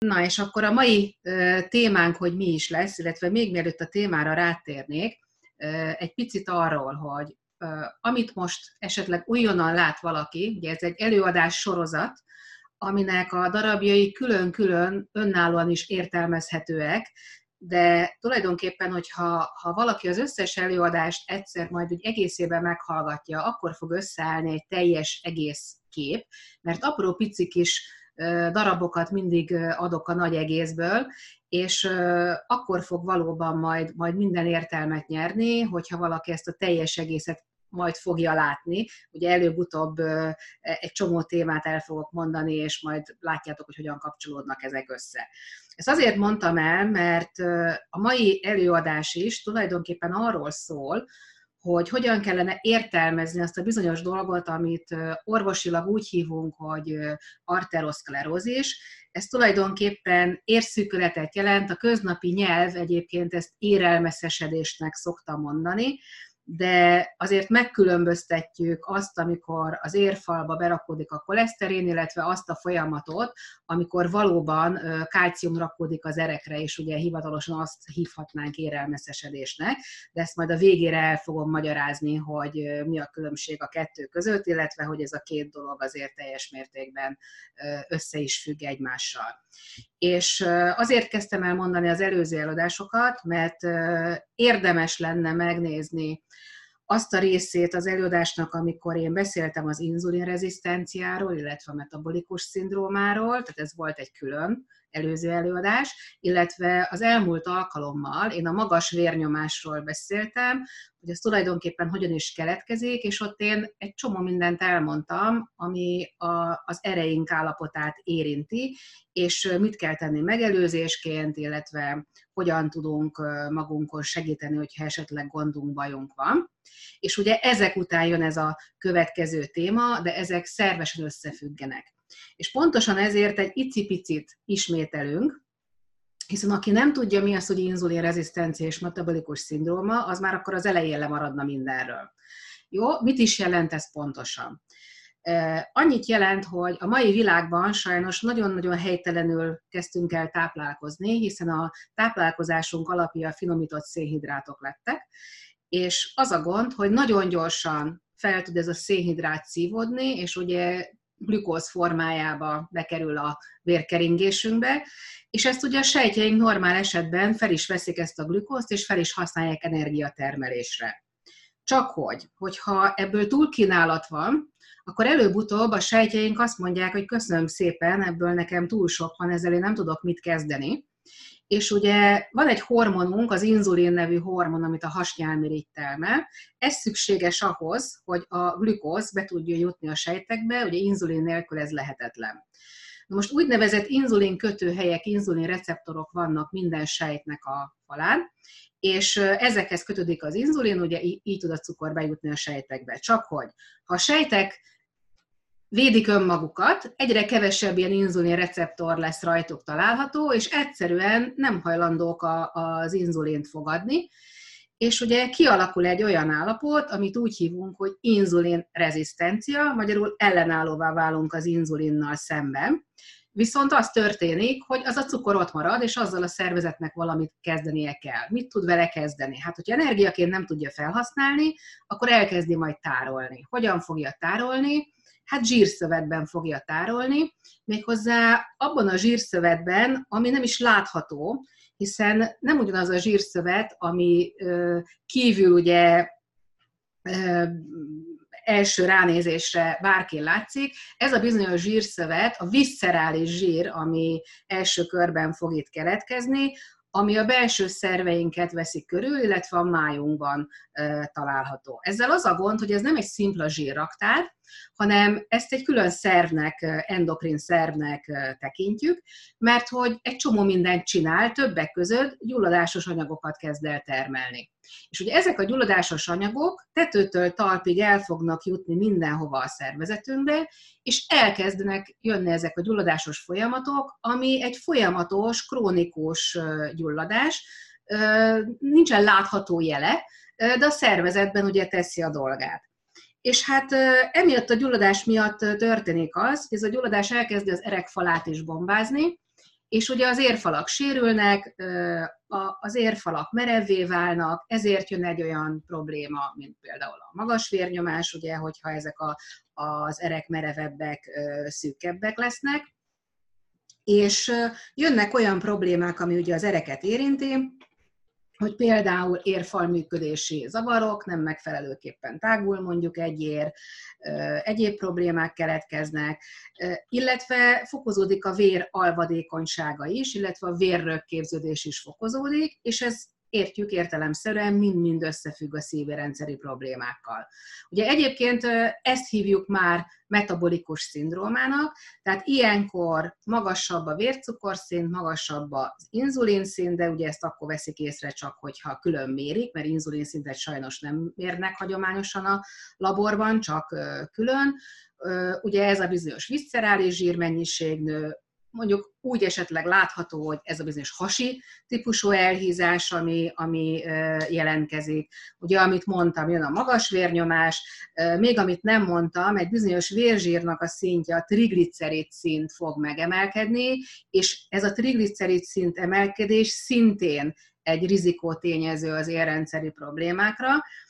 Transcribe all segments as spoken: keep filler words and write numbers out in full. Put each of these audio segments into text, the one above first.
Na és akkor a mai témánk, hogy mi is lesz, illetve még mielőtt a témára rátérnék, egy picit arról, hogy amit most esetleg újonnan lát valaki, ugye ez egy előadás sorozat, aminek a darabjai külön-külön önállóan is értelmezhetőek, de tulajdonképpen, hogyha ha valaki az összes előadást egyszer majd úgy egészében meghallgatja, akkor fog összeállni egy teljes egész kép, mert apró pici kis darabokat mindig adok a nagy egészből, és akkor fog valóban majd, majd minden értelmet nyerni, hogyha valaki ezt a teljes egészet majd fogja látni. Ugye előbb-utóbb egy csomó témát el fogok mondani, és majd látjátok, hogy hogyan kapcsolódnak ezek össze. Ezt azért mondtam el, mert a mai előadás is tulajdonképpen arról szól, hogy hogyan kellene értelmezni azt a bizonyos dolgot, amit orvosilag úgy hívunk, hogy arteroszklerózis. Ez tulajdonképpen érszűkületet jelent, a köznapi nyelv egyébként ezt érelmeszesedésnek szokta mondani, de azért megkülönböztetjük azt, amikor az érfalba berakódik a koleszterin, illetve azt a folyamatot, amikor valóban kálcium rakódik az erekre, és ugye hivatalosan azt hívhatnánk érelmeszesedésnek, de ezt majd a végére el fogom magyarázni, hogy mi a különbség a kettő között, illetve hogy ez a két dolog azért teljes mértékben össze is függ egymással. És azért kezdtem el mondani az előző előadásokat, mert érdemes lenne megnézni azt a részét az előadásnak, amikor én beszéltem az inzulinrezisztenciáról, illetve a metabolikus szindrómáról, tehát ez volt egy külön előző előadás, illetve az elmúlt alkalommal én a magas vérnyomásról beszéltem, hogy ez tulajdonképpen hogyan is keletkezik, és ott én egy csomó mindent elmondtam, ami a, az ereink állapotát érinti, és mit kell tenni megelőzésként, illetve hogyan tudunk magunkon segíteni, hogyha esetleg gondunk, bajunk van. És ugye ezek után jön ez a következő téma, de ezek szervesen összefüggenek. És pontosan ezért egy icipicit ismételünk, hiszen aki nem tudja, mi az, hogy inzulinrezisztencia és metabolikus szindróma, az már akkor az elején lemaradna mindenről. Jó, mit is jelent ez pontosan? Annyit jelent, hogy a mai világban sajnos nagyon-nagyon helytelenül kezdtünk el táplálkozni, hiszen a táplálkozásunk alapja finomított szénhidrátok lettek, és az a gond, hogy nagyon gyorsan fel tud ez a szénhidrát szívódni, és ugye glükóz formájába bekerül a vérkeringésünkbe, és ezt ugye a sejtjeink normál esetben fel is veszik ezt a glükózt, és fel is használják energiatermelésre. Csak hogy, hogyha ebből túlkínálat van, akkor előbb-utóbb a sejtjeink azt mondják, hogy köszönöm szépen, ebből nekem túl sok van, ezzel én nem tudok mit kezdeni. És ugye van egy hormonunk, az inzulin nevű hormon, amit a hasnyálmirigy termel. Ez szükséges ahhoz, hogy a glükóz be tudja jutni a sejtekbe, ugye inzulin nélkül ez lehetetlen. Na most úgynevezett inzulin kötőhelyek, inzulin receptorok vannak minden sejtnek a falán, és ezekhez kötődik az inzulin, ugye így tud a cukor bejutni a sejtekbe. Csak hogy, ha a sejtek védik önmagukat, egyre kevesebb ilyen inzulin receptor lesz rajtuk található, és egyszerűen nem hajlandók a, az inzulint fogadni, és ugye kialakul egy olyan állapot, amit úgy hívunk, hogy inzulinrezisztencia, magyarul ellenállóvá válunk az inzulinnal szemben, viszont az történik, hogy az a cukor ott marad, és azzal a szervezetnek valamit kezdenie kell. Mit tud vele kezdeni? Hát, hogyha energiaként nem tudja felhasználni, akkor elkezdi majd tárolni. Hogyan fogja tárolni? Hát zsírszövetben fogja tárolni, méghozzá abban a zsírszövetben, ami nem is látható, hiszen nem ugyanaz a zsírszövet, ami kívül ugye első ránézésre bárkin látszik, ez a bizonyos zsírszövet, a viszcerális zsír, ami első körben fog itt keletkezni, ami a belső szerveinket veszi körül, illetve a májunkban e, található. Ezzel az a gond, hogy ez nem egy szimpla zsírraktár, hanem ezt egy külön szervnek, endokrin szervnek tekintjük, mert hogy egy csomó mindent csinál, többek között gyulladásos anyagokat kezd el termelni. És ugye ezek a gyulladásos anyagok tetőtől talpig el fognak jutni mindenhova a szervezetünkbe, és elkezdenek jönni ezek a gyulladásos folyamatok, ami egy folyamatos, krónikus gyulladás, nincsen látható jele, de a szervezetben ugye teszi a dolgát. És hát emiatt a gyulladás miatt történik az, hogy ez a gyulladás elkezdi az erekfalát is bombázni, és ugye az érfalak sérülnek, az érfalak merevvé válnak, ezért jön egy olyan probléma, mint például a magas vérnyomás, ugye, hogyha ezek a, az erek merevebbek, szűkebbek lesznek, és jönnek olyan problémák, ami ugye az ereket érinti, hogy például érfal működési zavarok, nem megfelelőképpen tágul mondjuk egy ér, egyéb problémák keletkeznek, illetve fokozódik a vér alvadékonysága is, illetve a vérrögképződés is fokozódik, és ez értjük értelemszerűen mind-mind összefügg a szívérendszeri problémákkal. Ugye egyébként ezt hívjuk már metabolikus szindrómának, tehát ilyenkor magasabb a vércukorszint, magasabb az inzulinszint, de ugye ezt akkor veszik észre csak, hogyha külön mérik, mert inzulinszintet sajnos nem mérnek hagyományosan a laborban, csak külön. Ugye ez a bizonyos viszcerális zsírmennyiség nő, mondjuk úgy esetleg látható, hogy ez a bizonyos hasi típusú elhízás, ami, ami jelentkezik. Ugye, amit mondtam, jön a magas vérnyomás, még amit nem mondtam, egy bizonyos vérzsírnak a szintje, a triglicerid szint fog megemelkedni, és ez a triglicerid szint emelkedés szintén egy rizikótényező az érrendszeri problémákra.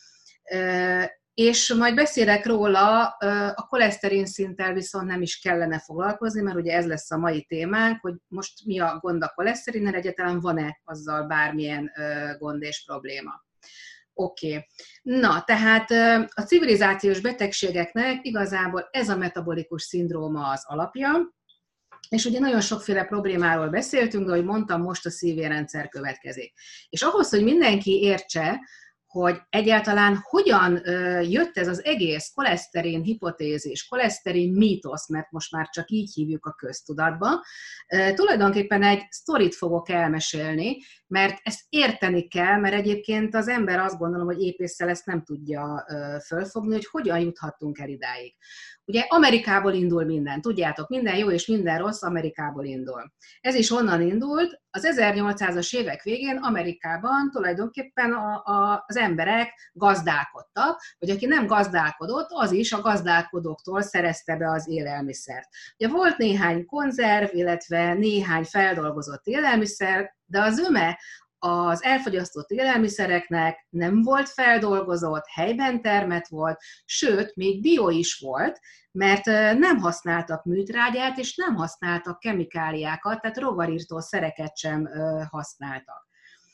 És majd beszélek róla, a koleszterin szinttel viszont nem is kellene foglalkozni, mert ugye ez lesz a mai témánk, hogy most mi a gond a koleszterinnel, egyáltalán van-e azzal bármilyen gond és probléma. Oké. Okay. Na, tehát a civilizációs betegségeknek igazából ez a metabolikus szindróma az alapja, és ugye nagyon sokféle problémáról beszéltünk, de ahogy mondtam, most a szívérrendszer következik. És ahhoz, hogy mindenki értse, hogy egyáltalán hogyan jött ez az egész koleszterin hipotézis, koleszterin mítosz, mert most már csak így hívjuk a köztudatba. Tulajdonképpen egy sztorit fogok elmesélni, mert ezt érteni kell, mert egyébként az ember azt gondolom, hogy épésszel ezt nem tudja fölfogni, hogy hogyan juthattunk el idáig. Ugye Amerikából indul minden, tudjátok, minden jó és minden rossz Amerikából indul. Ez is onnan indult, az ezernyolcszázas évek végén Amerikában tulajdonképpen a, a, az emberek gazdálkodtak, vagy aki nem gazdálkodott, az is a gazdálkodóktól szerezte be az élelmiszert. Ugye volt néhány konzerv, illetve néhány feldolgozott élelmiszer, de az öme az elfogyasztott élelmiszereknek nem volt feldolgozott, helyben termett volt, sőt, még bio is volt, mert nem használtak műtrágyát, és nem használtak kemikáliákat, tehát rovarírtó szereket sem használtak.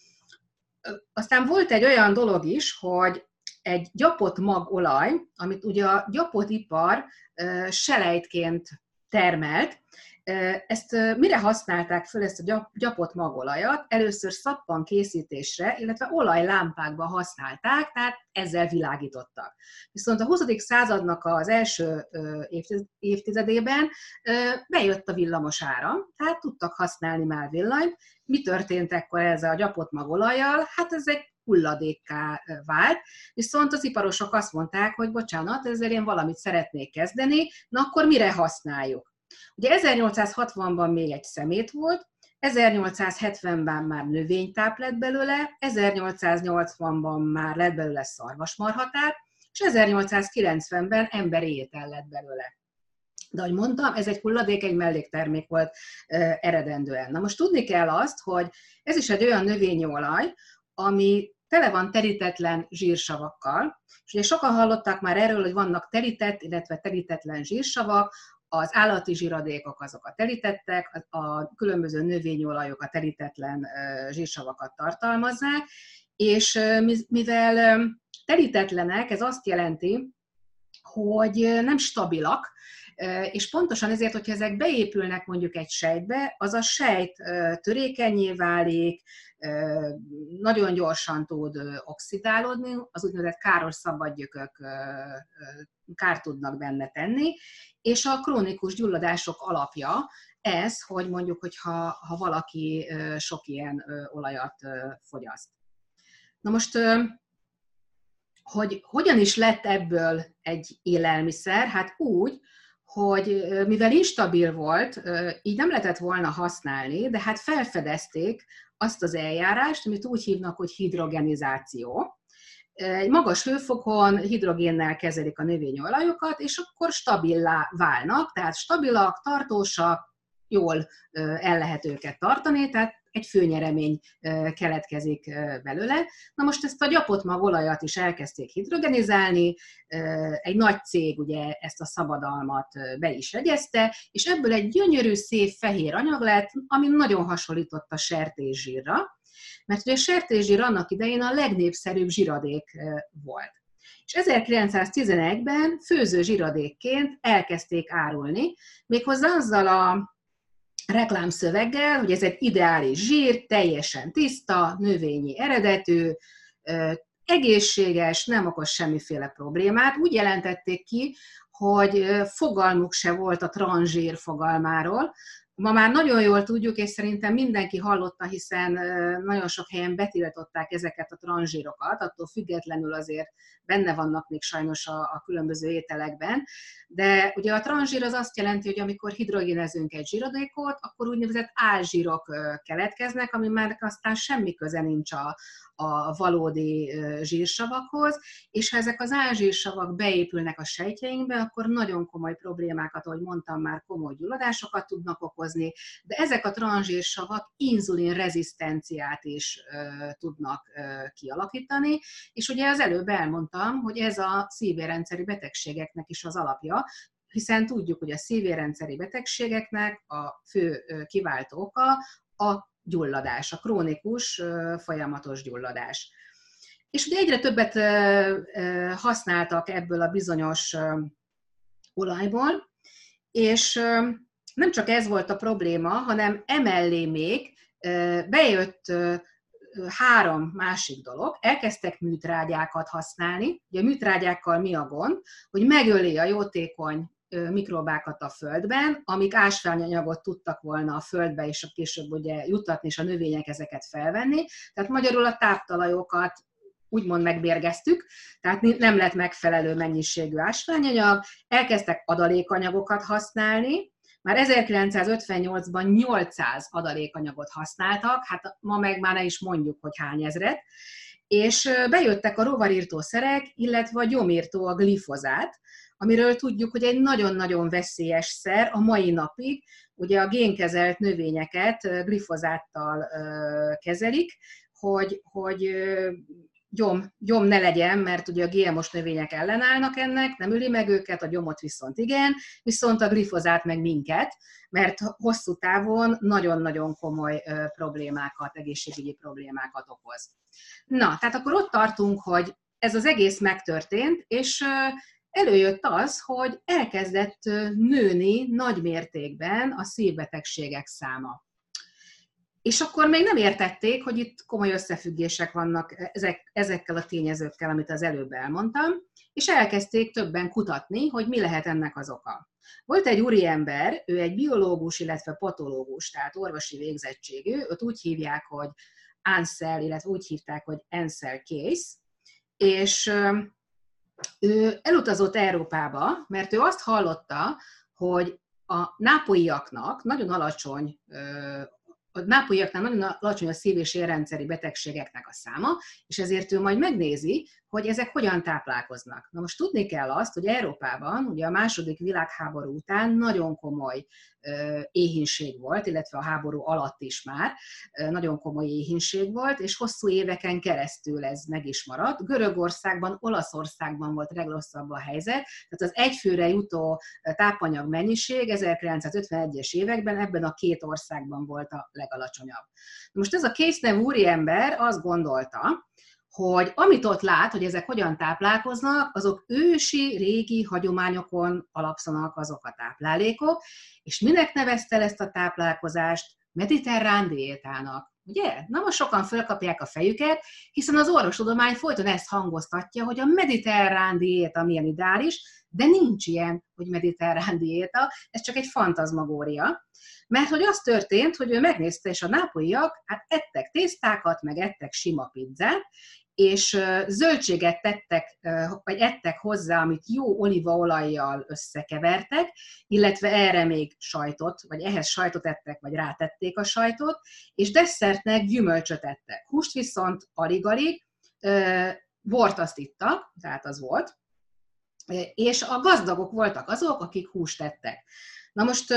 Aztán volt egy olyan dolog is, hogy egy gyapott magolaj, amit ugye a gyapotipar selejtként termelt, ezt mire használták fel, ezt a gyapott magolajat? Először szappan készítésre, illetve olajlámpákba használták, tehát ezzel világítottak. Viszont a huszadik századnak az első évtizedében bejött a villamos áram, tehát tudtak használni már villanyt. Mi történt ekkor ezzel a gyapott magolajjal? Hát ez egy hulladékká vált, viszont az iparosok azt mondták, hogy bocsánat, ezzel én valamit szeretnék kezdeni, na akkor mire használjuk? Ugye ezernyolcszázhatvanban még egy szemét volt, ezernyolcszázhetvenben már növénytáp lett belőle, ezernyolcszáznyolcvanban már lett belőle szarvasmarhatáp, és ezernyolcszázkilencvenben emberi étel lett belőle. De ahogy mondtam, ez egy hulladék, egy melléktermék volt uh, eredendően. Na most tudni kell azt, hogy ez is egy olyan növényi olaj, ami tele van terítetlen zsírsavakkal, és ugye sokan hallottak már erről, hogy vannak terített, illetve terítetlen zsírsavak, az állati zsíradékok azok a terítettek, a különböző növényi olajok a terítetlen zsírsavakat tartalmazzák, és mivel terítetlenek, ez azt jelenti, hogy nem stabilak, és pontosan ezért, hogyha ezek beépülnek mondjuk egy sejtbe, az a sejt törékenyé válik, nagyon gyorsan tud oxidálódni, az úgynevezett káros szabadgyökök kárt tudnak benne tenni, és a krónikus gyulladások alapja ez, hogy mondjuk, hogyha ha valaki sok ilyen olajat fogyaszt. Na most, hogy hogyan is lett ebből egy élelmiszer? Hát úgy, hogy mivel instabil volt, így nem lehetett volna használni, de hát felfedezték azt az eljárást, amit úgy hívnak, hogy hidrogenizáció. Egy magas hőfokon hidrogénnel kezelik a növényi olajokat, és akkor stabilá válnak, tehát stabilak, tartósak, jól el lehet őket tartani, tehát egy főnyeremény keletkezik belőle. Na most ezt a gyapott magolajat is elkezdték hidrogenizálni, egy nagy cég ugye ezt a szabadalmat be is jegyezte, és ebből egy gyönyörű, szép fehér anyag lett, ami nagyon hasonlított a sertészsírra, mert ugye a sertészsír annak idején a legnépszerűbb zsiradék volt. És ezerkilencszáztizenegyben főző zsiradékként elkezdték árulni, méghozzá azzal a reklámszöveggel, hogy ez egy ideális zsír, teljesen tiszta, növényi eredetű, egészséges, nem okoz semmiféle problémát. Úgy jelentették ki, hogy fogalmuk se volt a transzsír fogalmáról. Ma már nagyon jól tudjuk, és szerintem mindenki hallotta, hiszen nagyon sok helyen betiltották ezeket a transzsírokat, attól függetlenül azért benne vannak még sajnos a, a különböző ételekben. De ugye a transzsír az azt jelenti, hogy amikor hidrogenezünk egy zsíradékot, akkor úgynevezett álzsírok keletkeznek, ami már aztán semmi köze nincs a, a valódi zsírsavakhoz, és ha ezek az álzsírsavak beépülnek a sejtjeinkbe, akkor nagyon komoly problémákat, ahogy mondtam már, komoly gyulladásokat tudnak okozni, de ezek a transzsírsavak inzulinrezisztenciát is uh, tudnak uh, kialakítani, és ugye az előbb elmondtam, hogy ez a szívérrendszeri betegségeknek is az alapja, hiszen tudjuk, hogy a szívérrendszeri betegségeknek a fő kiváltó oka a gyulladás, a krónikus, folyamatos gyulladás. És ugye egyre többet használtak ebből a bizonyos olajból, és nem csak ez volt a probléma, hanem emellé még bejött három másik dolog, elkezdtek műtrágyákat használni. Ugye a műtrágyákkal mi a gond? Hogy megöli a jótékony mikrobákat a földben, amik ásványanyagot tudtak volna a földbe, és később ugye juttatni, és a növények ezeket felvenni. Tehát magyarul a táptalajokat úgymond megbérgeztük, tehát nem lett megfelelő mennyiségű ásványanyag, elkezdtek adalékanyagokat használni. Már ezerkilencszázötvennyolcban nyolcszáz adalékanyagot használtak, hát ma meg már ne is mondjuk, hogy hány ezret, és bejöttek a rovarírtószerek, illetve a gyomírtó, a glifozát, amiről tudjuk, hogy egy nagyon-nagyon veszélyes szer a mai napig, ugye a génkezelt növényeket glifozáttal kezelik, hogy, hogy gyom, gyom ne legyen, mert ugye a gé em o-s növények ellenállnak ennek, nem öli meg őket, a gyomot viszont igen, viszont a glifozát meg minket, mert hosszú távon nagyon-nagyon komoly problémákat, egészségügyi problémákat okoz. Na, tehát akkor ott tartunk, hogy ez az egész megtörtént, és előjött az, hogy elkezdett nőni nagy mértékben a szívbetegségek száma. És akkor még nem értették, hogy itt komoly összefüggések vannak ezek, ezekkel a tényezőkkel, amit az előbb elmondtam, és elkezdték többen kutatni, hogy mi lehet ennek az oka. Volt egy úriember, ő egy biológus, illetve patológus, tehát orvosi végzettségű, őt úgy hívják, hogy Ansel, illetve úgy hívták, hogy Ansel Keys, és ő elutazott Európába, mert ő azt hallotta, hogy a nápolyiaknak nagyon alacsony a nápolyiaknál nagyon alacsony a szív- és érrendszeri betegségeknek a száma, és ezért ő majd megnézi, hogy ezek hogyan táplálkoznak. Na most tudni kell azt, hogy Európában ugye a második világháború után nagyon komoly éhínség volt, illetve a háború alatt is már nagyon komoly éhínség volt, és hosszú éveken keresztül ez meg is maradt. Görögországban, Olaszországban volt legrosszabb a helyzet, tehát az egyfőre jutó tápanyag mennyiség ezerkilencszázötvenegyes években ebben a két országban volt a legalacsonyabb. Most ez a Keys nevű úriember azt gondolta, hogy amit ott lát, hogy ezek hogyan táplálkoznak, azok ősi, régi hagyományokon alapszanak azok a táplálékok, és minek nevezte ezt a táplálkozást? Mediterrán diétának. Ugye? Na most sokan fölkapják a fejüket, hiszen az orvostudomány folyton ezt hangoztatja, hogy a mediterrán diéta milyen ideális, de nincs ilyen, hogy mediterrán diéta, ez csak egy fantazmagória. Mert hogy az történt, hogy ő megnézte, és a nápolyiak hát ettek tésztákat, meg ettek sima pizzát, és zöldséget tettek, vagy ettek hozzá, amit jó olívaolajjal összekevertek, illetve erre még sajtot, vagy ehhez sajtot ettek, vagy rátették a sajtot, és desszertnek gyümölcsöt ettek. Húst viszont alig-alig, bort azt ittak, tehát az volt, és a gazdagok voltak azok, akik húst ettek. Na most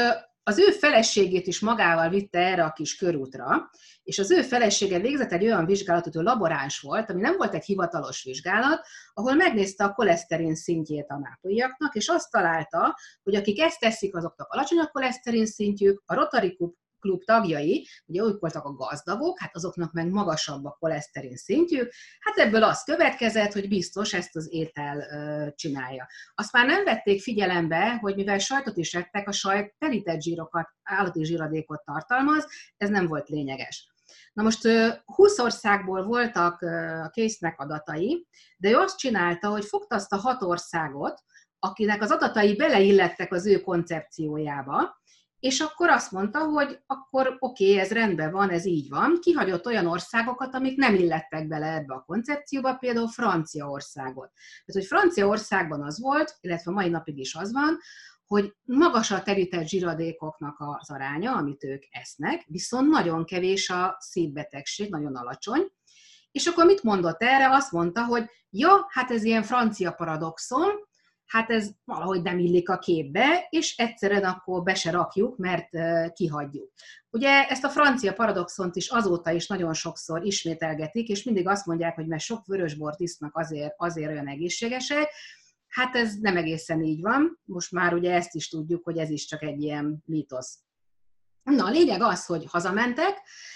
az ő feleségét is magával vitte erre a kis körútra, és az ő felesége végzett egy olyan vizsgálatot, hogy laboráns volt, ami nem volt egy hivatalos vizsgálat, ahol megnézte a koleszterin szintjét a nápolyiaknak, és azt találta, hogy akik ezt teszik, azoknak alacsony a koleszterin szintjük, a Rotary Klub tagjai, ugye ők voltak a gazdagok, hát azoknak meg magasabb a koleszterin szintjük, hát ebből az következett, hogy biztos ezt az étel csinálja. Azt már nem vették figyelembe, hogy mivel sajtot is ettek, a sajt telített zsírokat, állati zsíradékot tartalmaz, ez nem volt lényeges. Na most húsz országból voltak a Case-nek adatai, de ő azt csinálta, hogy fogta azt a hat országot, akinek az adatai beleillettek az ő koncepciójába, és akkor azt mondta, hogy akkor oké, okay, ez rendben van, ez így van. Kihagyott olyan országokat, amik nem illettek bele ebbe a koncepcióba, például Franciaországot. Tehát, hogy Franciaországban az volt, illetve mai napig is az van, hogy magas a terített zsíradékoknak az aránya, amit ők esznek, viszont nagyon kevés a szívbetegség, nagyon alacsony. És akkor mit mondott erre? Azt mondta, hogy ja, hát ez ilyen francia paradoxon, hát ez valahogy nem illik a képbe, és egyszerűen akkor be se rakjuk, mert kihagyjuk. Ugye ezt a francia paradoxont is azóta is nagyon sokszor ismételgetik, és mindig azt mondják, hogy mert sok vörösbort isznak, azért, azért olyan egészségesek. Hát ez nem egészen így van. Most már ugye ezt is tudjuk, hogy ez is csak egy ilyen mítosz. Na, a lényeg az, hogy hazamentek,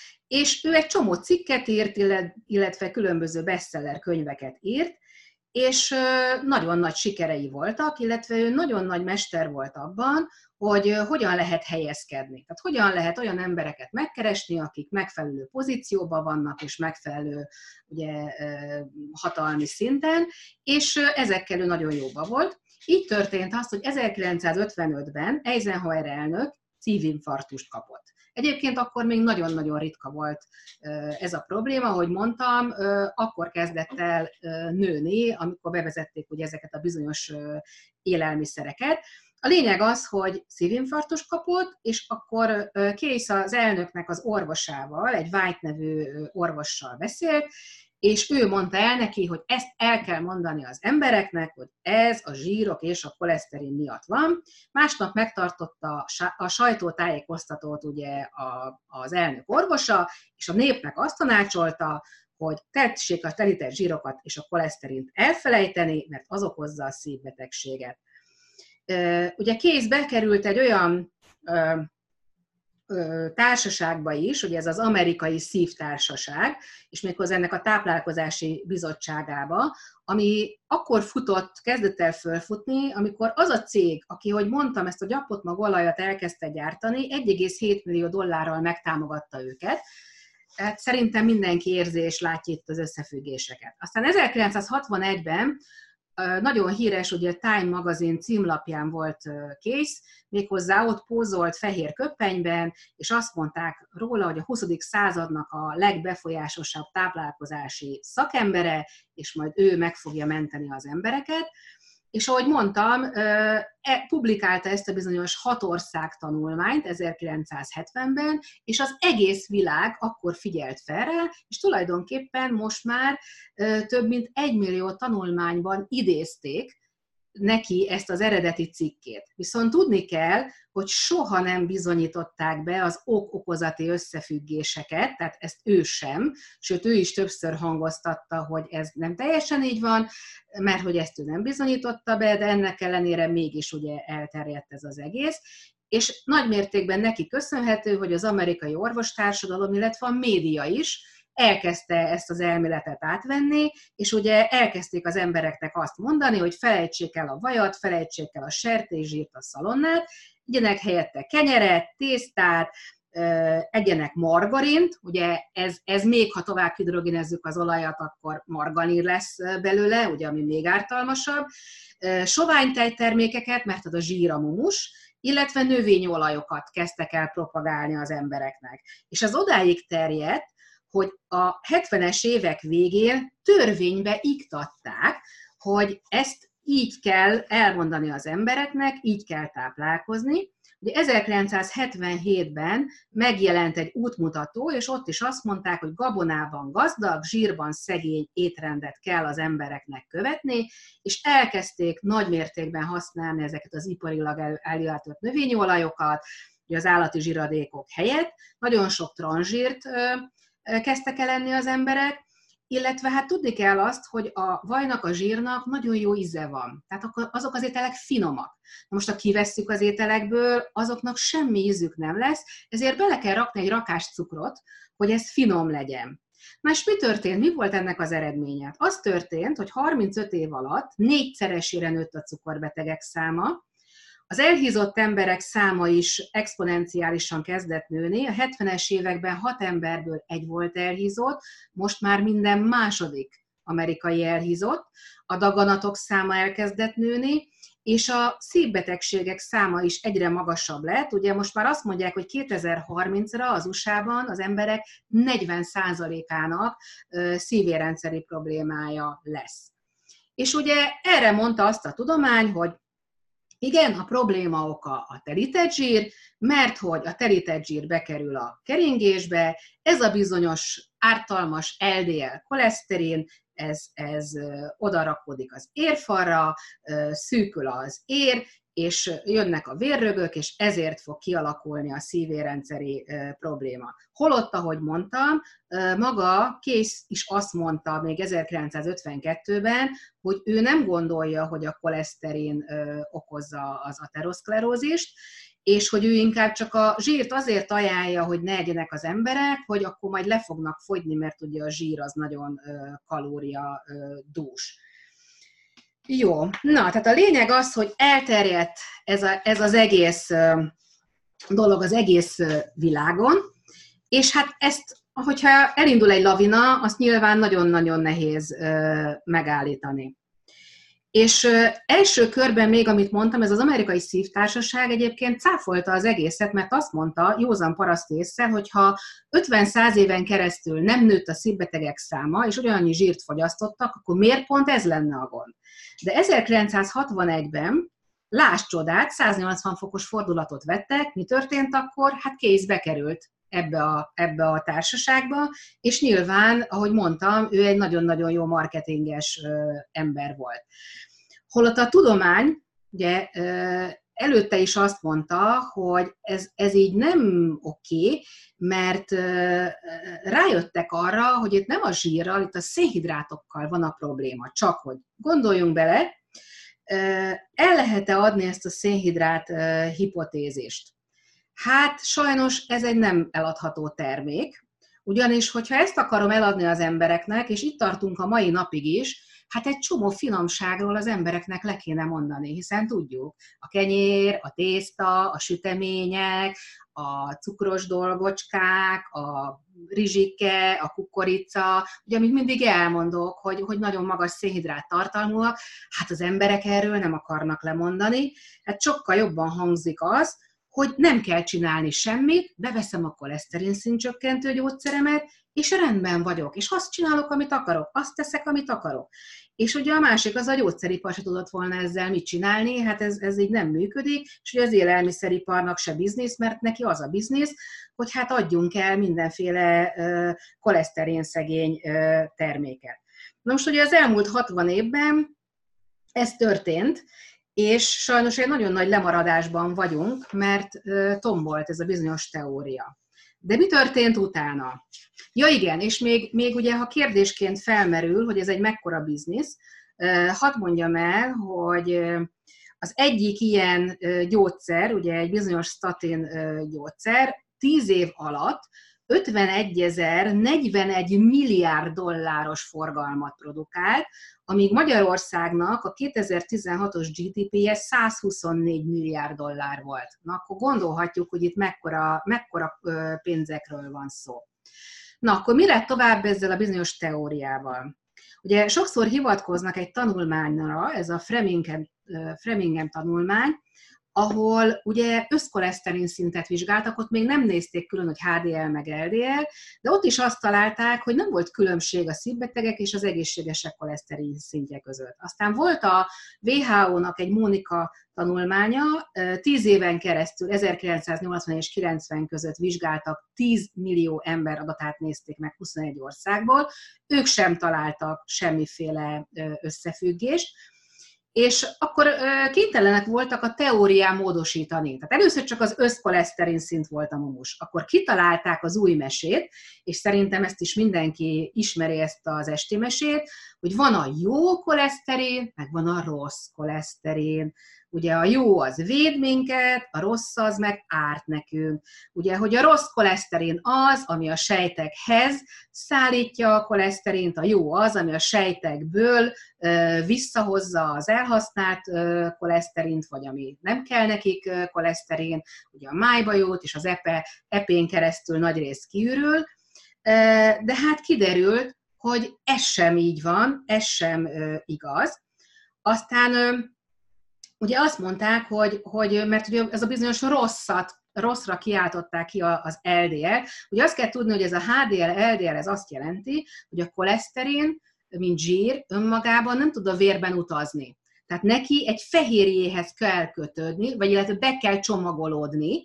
és ő egy csomó cikket írt, illetve különböző bestseller könyveket írt, és nagyon nagy sikerei voltak, illetve ő nagyon nagy mester volt abban, hogy hogyan lehet helyezkedni. Tehát hogyan lehet olyan embereket megkeresni, akik megfelelő pozícióban vannak, és megfelelő ugye, hatalmi szinten, és ezekkel ő nagyon jóba volt. Így történt az, hogy ezerkilencszázötvenötben Eisenhower elnök szívinfarktust kapott. Egyébként akkor még nagyon-nagyon ritka volt ez a probléma, ahogy mondtam, akkor kezdett el nőni, amikor bevezették ugye ezeket a bizonyos élelmiszereket. A lényeg az, hogy szívinfarktust kapott, és akkor Case az elnöknek az orvosával, egy White nevű orvossal beszélt, és ő mondta el neki, hogy ezt el kell mondani az embereknek, hogy ez a zsírok és a koleszterin miatt van. Másnap megtartotta a sajtótájékoztatót ugye az elnök orvosa, és a népnek azt tanácsolta, hogy tessék a telített zsírokat és a koleszterint elfelejteni, mert az okozza a szívbetegséget. Ugye Case bekerült egy olyan társaságba is, ugye ez az Amerikai Szívtársaság, és méghozzá ennek a táplálkozási bizottságába, ami akkor futott, kezdett el fölfutni, amikor az a cég, aki, hogy mondtam, ezt a gyapott magolajat elkezdte gyártani, egy egész hét millió dollárral megtámogatta őket. Hát szerintem mindenki érzi és látja itt az összefüggéseket. Aztán ezerkilencszázhatvanegyben nagyon híres, ugye a Time magazin címlapján volt Case, méghozzá ott pózolt fehér köppenyben, és azt mondták róla, hogy a huszadik századnak a legbefolyásosabb táplálkozási szakembere, és majd ő meg fogja menteni az embereket. És ahogy mondtam, publikálta ezt a bizonyos hat ország tanulmányt ezerkilencszázhetvenben, és az egész világ akkor figyelt fel rá, és tulajdonképpen most már több mint egy millió tanulmányban idézték neki ezt az eredeti cikkét. Viszont tudni kell, hogy soha nem bizonyították be az ok-okozati összefüggéseket, tehát ezt ő sem, sőt ő is többször hangoztatta, hogy ez nem teljesen így van, mert hogy ezt ő nem bizonyította be, de ennek ellenére mégis ugye elterjedt ez az egész. És nagy mértékben neki köszönhető, hogy az amerikai orvostársadalom, illetve a média is elkezdte ezt az elméletet átvenni, és ugye elkezdték az embereknek azt mondani, hogy felejtsék el a vajat, felejtsék el a sertészsírt, a szalonnát, igyenek helyette kenyeret, tésztát, egyenek margarint, ugye ez, ez még, ha tovább hidrogenezzük az olajat, akkor margarin lesz belőle, ugye, ami még ártalmasabb, soványtejtermékeket, mert az a zsír a mumus, illetve növényolajokat kezdtek el propagálni az embereknek. És az odáig terjedt, hogy a hetvenes évek végén törvénybe iktatták, hogy ezt így kell elmondani az embereknek, így kell táplálkozni. Ugye ezerkilencszázhetvenhétben megjelent egy útmutató, és ott is azt mondták, hogy gabonában gazdag, zsírban szegény étrendet kell az embereknek követni, és elkezdték nagymértékben használni ezeket az iparilag előállított növényolajokat, ugye az állati zsiradékok helyett, nagyon sok transzsírt kezdtek el enni az emberek, illetve hát tudni kell azt, hogy a vajnak, a zsírnak nagyon jó íze van. Tehát azok az ételek finomak. Na most, ha kivesszük az ételekből, azoknak semmi ízük nem lesz, ezért bele kell rakni egy rakás cukrot, hogy ez finom legyen. Na és mi történt? Mi volt ennek az eredménye? Az történt, hogy harmincöt év alatt négyszeresére nőtt a cukorbetegek száma, az elhízott emberek száma is exponenciálisan kezdett nőni, a hetvenes években hat emberből egy volt elhízott, most már minden második amerikai elhízott, a daganatok száma elkezdett nőni, és a szívbetegségek száma is egyre magasabb lett. Ugye most már azt mondják, hogy kétezer-harmincra az u es á-ban az emberek negyven százalékának szívérendszeri problémája lesz. És ugye erre mondta azt a tudomány, hogy igen, a probléma oka a telített zsír, mert hogy a telített zsír bekerül a keringésbe, ez a bizonyos ártalmas el dé el koleszterin, ez, ez odarakódik az érfalra, szűkül az ér, és jönnek a vérrögök, és ezért fog kialakulni a szívérendszeri probléma. Holott, ahogy mondtam, maga Case is azt mondta még ezerkilencszázötvenkettőben, hogy ő nem gondolja, hogy a koleszterin okozza az ateroszklerózist, és hogy ő inkább csak a zsírt azért ajánlja, hogy ne egyenek az emberek, hogy akkor majd le fognak fogyni, mert ugye a zsír az nagyon kalóriadús. Jó, na, tehát a lényeg az, hogy elterjedt ez, a, ez az egész dolog az egész világon, és hát ezt, hogyha elindul egy lavina, azt nyilván nagyon-nagyon nehéz megállítani. És első körben még, amit mondtam, ez az amerikai szívtársaság egyébként cáfolta az egészet, mert azt mondta józan paraszt ésszel, hogyha ötven-száz éven keresztül nem nőtt a szívbetegek száma, és ugyanannyi zsírt fogyasztottak, akkor miért pont ez lenne a gond? De ezerkilencszázhatvanegyben, lásd csodát, száznyolcvan fokos fordulatot vettek, mi történt akkor? Hát Case bekerült ebbe a, ebbe a társaságba, és nyilván, ahogy mondtam, ő egy nagyon-nagyon jó marketinges ember volt. Holott a tudomány, ugye, előtte is azt mondta, hogy ez, ez így nem oké, mert rájöttek arra, hogy itt nem a zsírral, itt a szénhidrátokkal van a probléma. Csak hogy gondoljunk bele, el lehet-e adni ezt a szénhidrát hipotézist? Hát sajnos ez egy nem eladható termék, ugyanis, hogyha ezt akarom eladni az embereknek, és itt tartunk a mai napig is, hát egy csomó finomságról az embereknek le kéne mondani, hiszen tudjuk, a kenyér, a tészta, a sütemények, a cukros dolgocskák, a rizsike, a kukorica, ugye amit mindig elmondok, hogy, hogy nagyon magas szénhidrát tartalmúak, hát az emberek erről nem akarnak lemondani, hát sokkal jobban hangzik az, hogy nem kell csinálni semmit, beveszem a koleszterin szintcsökkentő gyógyszeremet, és rendben vagyok, és azt csinálok, amit akarok, azt teszek, amit akarok. És ugye a másik az a gyógyszeripar se tudott volna ezzel mit csinálni, hát ez, ez így nem működik, és ugye az élelmiszeriparnak se biznisz, mert neki az a biznisz, hogy hát adjunk el mindenféle uh, koleszterinszegény uh, terméket. Na most ugye az elmúlt hatvan évben ez történt, és sajnos egy nagyon nagy lemaradásban vagyunk, mert uh, tombolt ez a bizonyos teória. De mi történt utána? Ja igen, és még, még ugye, ha kérdésként felmerül, hogy ez egy mekkora biznisz, hadd mondjam el, hogy az egyik ilyen gyógyszer, ugye egy bizonyos statin gyógyszer, tíz év alatt ötvenegyezer negyvenegy milliárd dolláros forgalmat produkált, amíg Magyarországnak a kétezer-tizenhatos gé dé pé-je százhuszonnégy milliárd dollár volt. Na, akkor gondolhatjuk, hogy itt mekkora, mekkora pénzekről van szó. Na, akkor mi lett tovább ezzel a bizonyos teóriával? Ugye sokszor hivatkoznak egy tanulmányra, ez a Framingham, Framingham tanulmány, ahol ugye összkoleszterin szintet vizsgáltak, ott még nem nézték külön, hogy há dé el meg el dé el, de ott is azt találták, hogy nem volt különbség a szívbetegek és az egészségesek koleszterin szintje között. Aztán volt a vé há ó-nak egy Mónika tanulmánya, tíz éven keresztül, ezerkilencszáznyolcvan és kilencven között vizsgáltak, tíz millió ember adatát nézték meg huszonegy országból, ők sem találtak semmiféle összefüggést, és akkor kénytelenek voltak a teórián módosítani. Tehát először csak az összkoleszterin szint volt a mumus. Akkor kitalálták az új mesét, és szerintem ezt is mindenki ismeri, ezt az esti mesét, hogy van a jó koleszterin, meg van a rossz koleszterin. Ugye a jó az véd minket, a rossz az meg árt nekünk. Ugye, hogy a rossz koleszterin az, ami a sejtekhez szállítja a koleszterint, a jó az, ami a sejtekből visszahozza az elhasznált koleszterint, vagy ami nem kell nekik koleszterin, ugye a májba jót, és az epe, epén keresztül nagyrészt kiürül, de hát kiderült, hogy ez sem így van, ez sem igaz. Aztán ugye azt mondták, hogy, hogy mert ugye ez a bizonyos rosszat, rosszra kiáltották ki az el dé el. Ugye azt kell tudni, hogy ez a há dé el, el dé el, ez azt jelenti, hogy a koleszterin, mint zsír, önmagában nem tud a vérben utazni. Tehát neki egy fehérjéhez kell kötődni, vagy illetve be kell csomagolódni,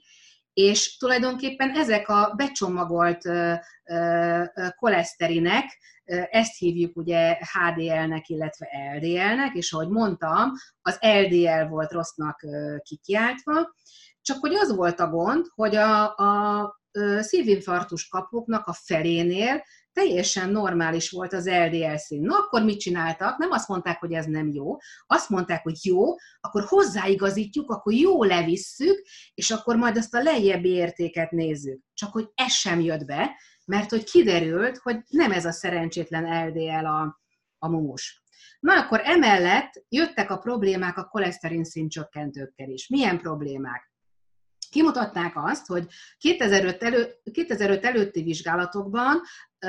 és tulajdonképpen ezek a becsomagolt ö, ö, koleszterinek, ezt hívjuk ugye há dé el-nek, illetve el dé el-nek, és ahogy mondtam, az el dé el volt rossznak kikiáltva, csak hogy az volt a gond, hogy a, a szívinfarktus kapóknak a felénél teljesen normális volt az el dé el szint. Na, akkor mit csináltak? Nem azt mondták, hogy ez nem jó, azt mondták, hogy jó, akkor hozzáigazítjuk, akkor jó levisszük, és akkor majd azt a lejjebbi értéket nézzük. Csak hogy ez sem jött be, mert hogy kiderült, hogy nem ez a szerencsétlen el dé el a, a mumus. Na, akkor emellett jöttek a problémák a koleszterin szint csökkentőkkel is. Milyen problémák? Kimutatták azt, hogy kétezer-öt, elő, kétezer-öt előtti vizsgálatokban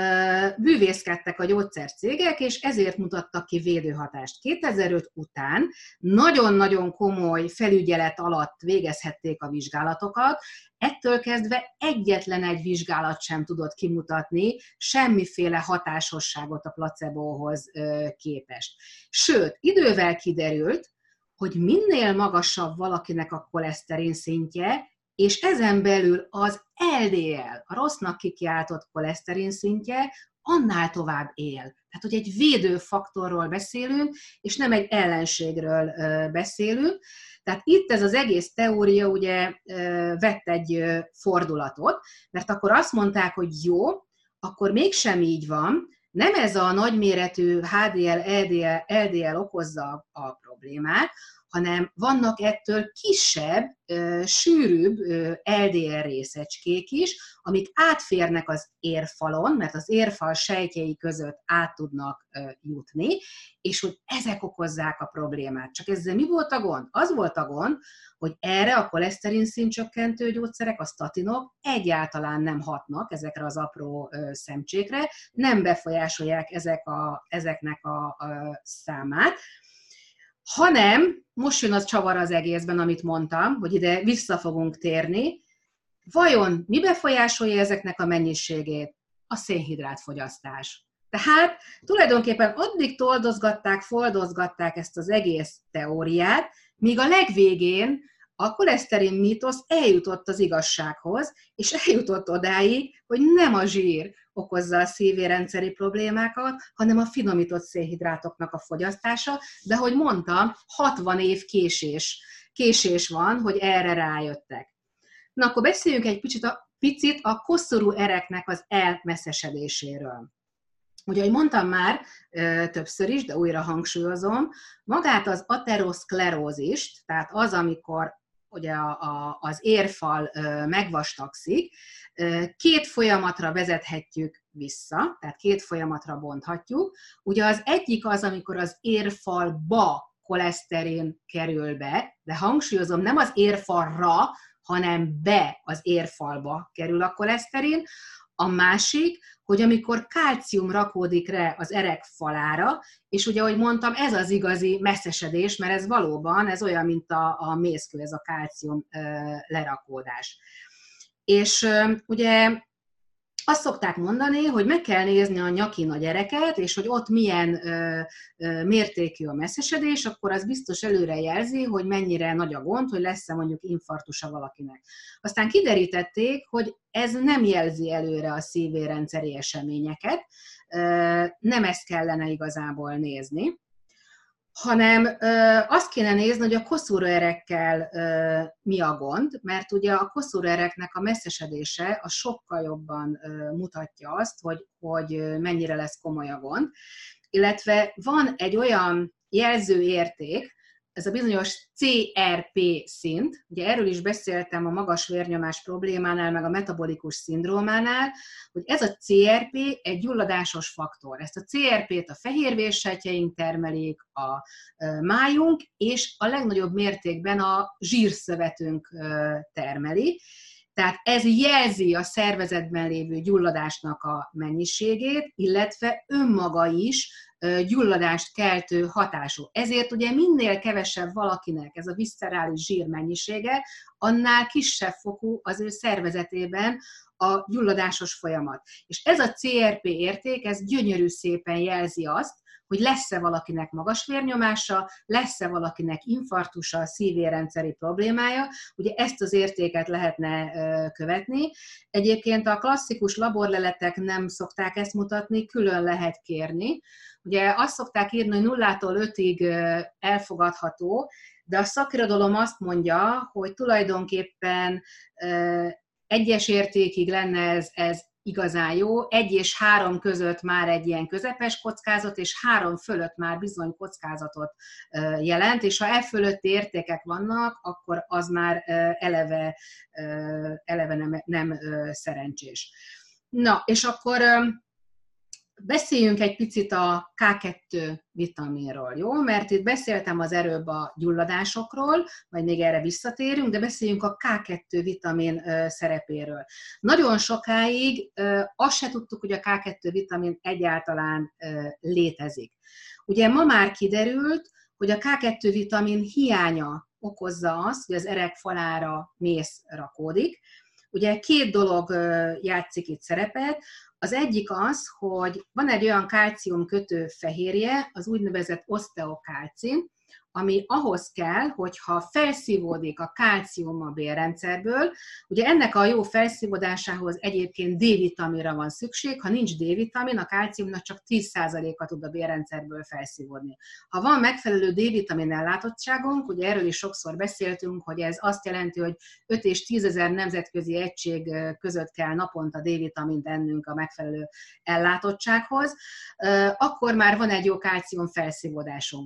bűvészkedtek a gyógyszercégek, és ezért mutattak ki védőhatást. kétezer-öt után nagyon-nagyon komoly felügyelet alatt végezhették a vizsgálatokat, ettől kezdve egyetlen egy vizsgálat sem tudott kimutatni semmiféle hatásosságot a placebóhoz képest. Sőt, idővel kiderült, hogy minél magasabb valakinek a koleszterin szintje, és ezen belül az el dé el, a rossznak kikiáltott koleszterin szintje, annál tovább él. Tehát, hogy egy védőfaktorról beszélünk, és nem egy ellenségről beszélünk. Tehát itt ez az egész teória ugye vett egy fordulatot, mert akkor azt mondták, hogy jó, akkor mégsem így van, nem ez a nagyméretű há dé el, el dé el, el dé el okozza a problémát, hanem vannak ettől kisebb, sűrűbb el dé el részecskék is, amik átférnek az érfalon, mert az érfal sejtjei között át tudnak jutni, és hogy ezek okozzák a problémát. Csak ezzel mi volt a gond? Az volt a gond, hogy erre a koleszterin szintcsökkentő gyógyszerek, a statinok egyáltalán nem hatnak ezekre az apró szemcsékre, nem befolyásolják ezek a, ezeknek a, a számát, hanem most jön az csavar az egészben, amit mondtam, hogy ide vissza fogunk térni. Vajon mi befolyásolja ezeknek a mennyiségét? A szénhidrátfogyasztás. Tehát tulajdonképpen addig toldozgatták, foldozgatták ezt az egész teóriát, míg a legvégén a koleszterin mítosz eljutott az igazsághoz, és eljutott odáig, hogy nem a zsír okozza a szívérendszeri problémákat, hanem a finomított szénhidrátoknak a fogyasztása, de ahogy mondtam, hatvan év késés, késés van, hogy erre rájöttek. Na akkor beszéljünk egy picit a, picit a koszorú ereknek az elmesszesedéséről. Ugye, ahogy mondtam már többször is, de újra hangsúlyozom, magát az ateroszklerózist, tehát az, amikor ugye a, a, az érfal megvastagszik, két folyamatra vezethetjük vissza, tehát két folyamatra bonthatjuk. Ugye az egyik az, amikor az érfalba koleszterin kerül be, de hangsúlyozom, nem az érfalra, hanem be az érfalba kerül a koleszterin. A másik, hogy amikor kálcium rakódik rá az erek falára, és ugye, ahogy mondtam, ez az igazi messzesedés, mert ez valóban, ez olyan, mint a, a mészkő, ez a kálcium lerakódás. És ugye azt szokták mondani, hogy meg kell nézni a nyaki nagy ereket, és hogy ott milyen ö, ö, mértékű a messzesedés, akkor az biztos előre jelzi, hogy mennyire nagy a gond, hogy lesz-e mondjuk infarktusa valakinek. Aztán kiderítették, hogy ez nem jelzi előre a szívérendszeri eseményeket, ö, nem ezt kellene igazából nézni. hanem ö, azt kéne nézni, hogy a koszorúerekkel ö, mi a gond, mert ugye a koszorúereknek a messzesedése a sokkal jobban ö, mutatja azt, hogy, hogy mennyire lesz komoly a gond, illetve van egy olyan jelzőérték, ez a bizonyos cé er pé szint, ugye erről is beszéltem a magas vérnyomás problémánál, meg a metabolikus szindrómánál, hogy ez a cé er pé egy gyulladásos faktor. Ezt a cé er pét a fehérvérsejtjeink termelik, a májunk, és a legnagyobb mértékben a zsírszövetünk termeli. Tehát ez jelzi a szervezetben lévő gyulladásnak a mennyiségét, illetve önmaga is gyulladást keltő hatású. Ezért ugye minél kevesebb valakinek ez a viszcerális zsír mennyisége, annál kisebb fokú az ő szervezetében a gyulladásos folyamat. És ez a cé er pé érték, ez gyönyörű szépen jelzi azt, hogy lesz-e valakinek magas vérnyomása, lesz-e valakinek infarktusa, szívérrendszeri problémája, ugye ezt az értéket lehetne követni. Egyébként a klasszikus laborleletek nem szokták ezt mutatni, külön lehet kérni. Ugye azt szokták írni, hogy nullától ötig elfogadható, de a szakirodalom azt mondja, hogy tulajdonképpen egyes értékig lenne ez, ez igazán jó, egy és három között már egy ilyen közepes kockázat, és három fölött már bizony kockázatot jelent, és ha e fölötti értékek vannak, akkor az már eleve, eleve nem, nem szerencsés. Na, és akkor beszéljünk egy picit a ká kettő vitaminról, jó? Mert itt beszéltem az előbb a gyulladásokról, majd még erre visszatérünk, de beszéljünk a ká kettő vitamin szerepéről. Nagyon sokáig azt se tudtuk, hogy a ká kettő vitamin egyáltalán létezik. Ugye ma már kiderült, hogy a ká kettő vitamin hiánya okozza azt, hogy az erek falára mész rakódik. Ugye két dolog játszik itt szerepet. Az egyik az, hogy van egy olyan kálcium kötő fehérje, az úgynevezett oszteokálcin, ami ahhoz kell, hogyha felszívódik a kálcium a bélrendszerből, ugye ennek a jó felszívódásához egyébként D-vitaminra van szükség, ha nincs D-vitamin, a kálciumnak csak tíz százaléka tud a bélrendszerből felszívódni. Ha van megfelelő D-vitamin ellátottságunk, ugye erről is sokszor beszéltünk, hogy ez azt jelenti, hogy öt és tízezer nemzetközi egység között kell naponta D-vitamint ennünk a megfelelő ellátottsághoz, akkor már van egy jó kálcium felszívódásunk.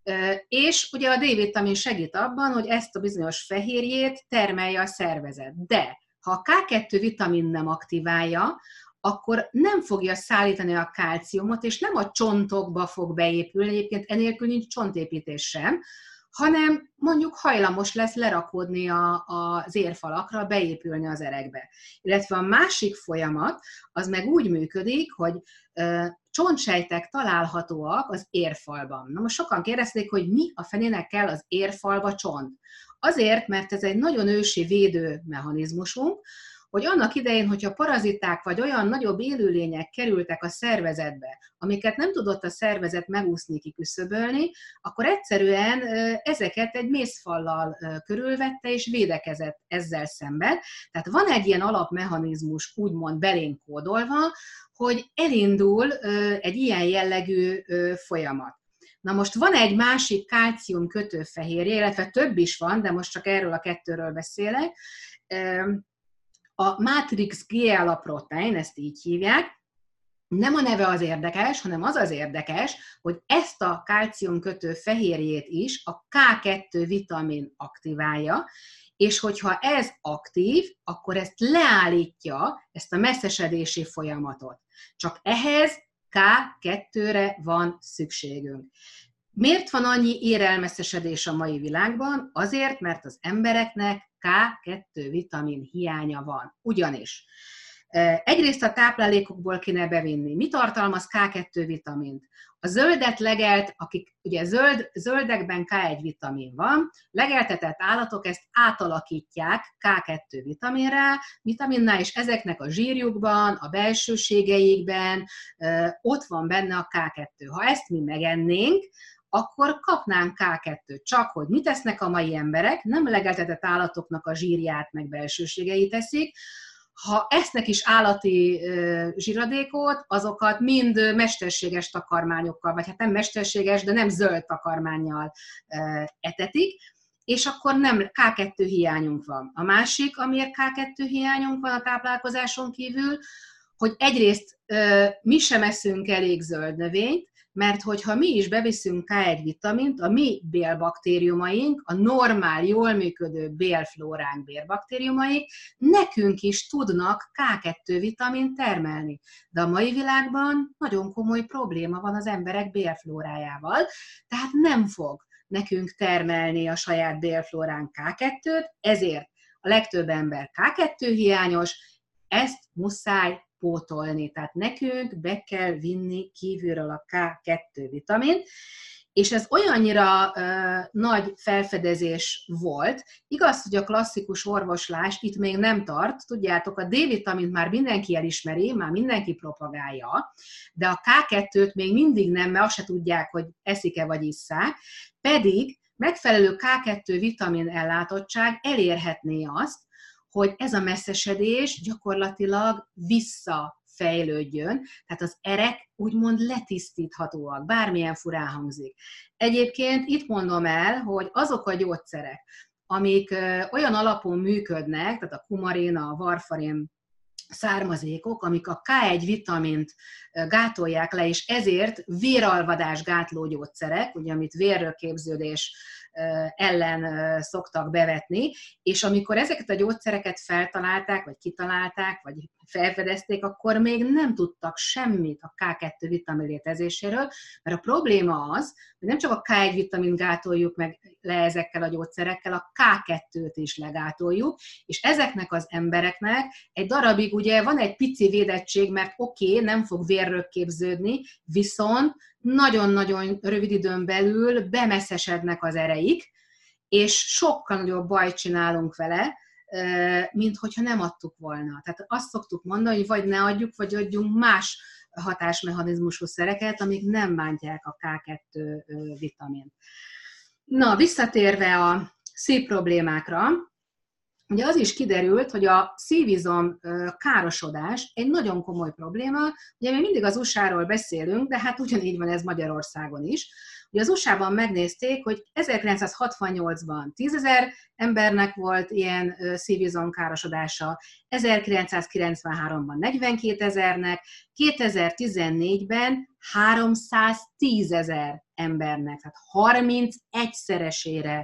És ugye a D-vitamin segít abban, hogy ezt a bizonyos fehérjét termelje a szervezet. De ha a ká kettő vitamin nem aktiválja, akkor nem fogja szállítani a kálciumot, és nem a csontokba fog beépülni, egyébként enélkül nincs csontépítés sem, hanem mondjuk hajlamos lesz lerakódni a, az érfalakra, beépülni az erekbe. Illetve a másik folyamat, az meg úgy működik, hogy csontsejtek találhatóak az érfalban. Na most sokan kérdezték, hogy mi a fenének kell az érfalba csont. Azért, mert ez egy nagyon ősi védő mechanizmusunk, hogy annak idején, hogyha paraziták vagy olyan nagyobb élőlények kerültek a szervezetbe, amiket nem tudott a szervezet megúszni, kiküszöbölni, akkor egyszerűen ezeket egy mészfallal körülvette és védekezett ezzel szemben. Tehát van egy ilyen alapmechanizmus úgymond belénk kódolva, hogy elindul egy ilyen jellegű folyamat. Na most van egy másik kálcium kötőfehérje, illetve több is van, de most csak erről a kettőről beszélek. A Matrix gé el á protein, ezt így hívják, nem a neve az érdekes, hanem az az érdekes, hogy ezt a kálcium kötő fehérjét is a ká kettő vitamin aktiválja, és hogyha ez aktív, akkor ezt leállítja, ezt a messzesedési folyamatot. Csak ehhez ká kettőre van szükségünk. Miért van annyi érelmesszesedés a mai világban? Azért, mert az embereknek ká kettő vitamin hiánya van. Ugyanis egyrészt a táplálékokból kéne bevinni. Mi tartalmaz ká kettő vitamint? A zöldet legelt, akik ugye zöld, zöldekben ká egy vitamin van, legeltetett állatok ezt átalakítják ká kettő vitaminrá, vitaminná, és ezeknek a zsírjukban, a belsőségeikben ott van benne a ká kettő. Ha ezt mi megennénk, akkor kapnánk ká kettőt. Csak hogy mit tesznek a mai emberek, nem legeltetett állatoknak a zsírját meg belsőségeit teszik, Ha esznek is állati zsiradékot, azokat mind mesterséges takarmányokkal, vagy hát nem mesterséges, de nem zöld takarmánnyal etetik, és akkor nem ká kettő hiányunk van. A másik, amiért ká kettő hiányunk van a táplálkozáson kívül, hogy egyrészt mi sem eszünk elég zöld növényt, mert hogyha mi is beviszünk ká egy vitamint, a mi bélbaktériumaink, a normál, jól működő bélflóránk bélbaktériumaik nekünk is tudnak ká kettő vitamint termelni. De a mai világban nagyon komoly probléma van az emberek bélflórájával, tehát nem fog nekünk termelni a saját bélflóránk ká kettőt, ezért a legtöbb ember ká kettő hiányos, ezt muszáj pótolni. Tehát nekünk be kell vinni kívülről a ká kettő vitamint, és ez olyannyira uh, nagy felfedezés volt. Igaz, hogy a klasszikus orvoslás itt még nem tart, tudjátok, a D-vitamint már mindenki elismeri, már mindenki propagálja, de a ká kettőt még mindig nem, mert azt se tudják, hogy eszik-e vagy isszák, pedig megfelelő ká kettő vitamin ellátottság elérhetné azt, hogy ez a messzesedés gyakorlatilag visszafejlődjön, tehát az erek úgymond letisztíthatóak, bármilyen furán hangzik. Egyébként itt mondom el, hogy azok a gyógyszerek, amik olyan alapon működnek, tehát a kumarin, a varfarin származékok, amik a ká egy vitamint gátolják le, és ezért véralvadás gátló gyógyszerek, ugye, amit vérről képződés ellen szoktak bevetni, és amikor ezeket a gyógyszereket feltalálták, vagy kitalálták, vagy felfedezték, akkor még nem tudtak semmit a ká kettő vitamin létezéséről, mert a probléma az, hogy nem csak a ká egy vitamint gátoljuk meg le ezekkel a gyógyszerekkel, a ká kettőt is legátoljuk, és ezeknek az embereknek egy darabig ugye van egy pici védettség, mert oké, okay, nem fog vérről képződni, viszont nagyon-nagyon rövid időn belül bemesszesednek az ereik, és sokkal nagyobb bajt csinálunk vele, mint hogyha nem adtuk volna. Tehát azt szoktuk mondani, hogy vagy ne adjuk, vagy adjunk más hatásmechanizmusú szereket, amik nem bántják a ká kettő vitamint. Na, visszatérve a szívproblémákra, ugye az is kiderült, hogy a szívizom károsodás egy nagyon komoly probléma. Ugye mi mindig az u es á-ról beszélünk, de hát ugyanígy van ez Magyarországon is. Ugye az u es á-ban megnézték, hogy ezerkilencszázhatvannyolcban tízezer embernek volt ilyen szívizom károsodása, ezerkilencszázkilencvenháromban negyvenkétezernek, kétezer-tizennégyben háromszáztízezer embernek, tehát harmincegyszeresére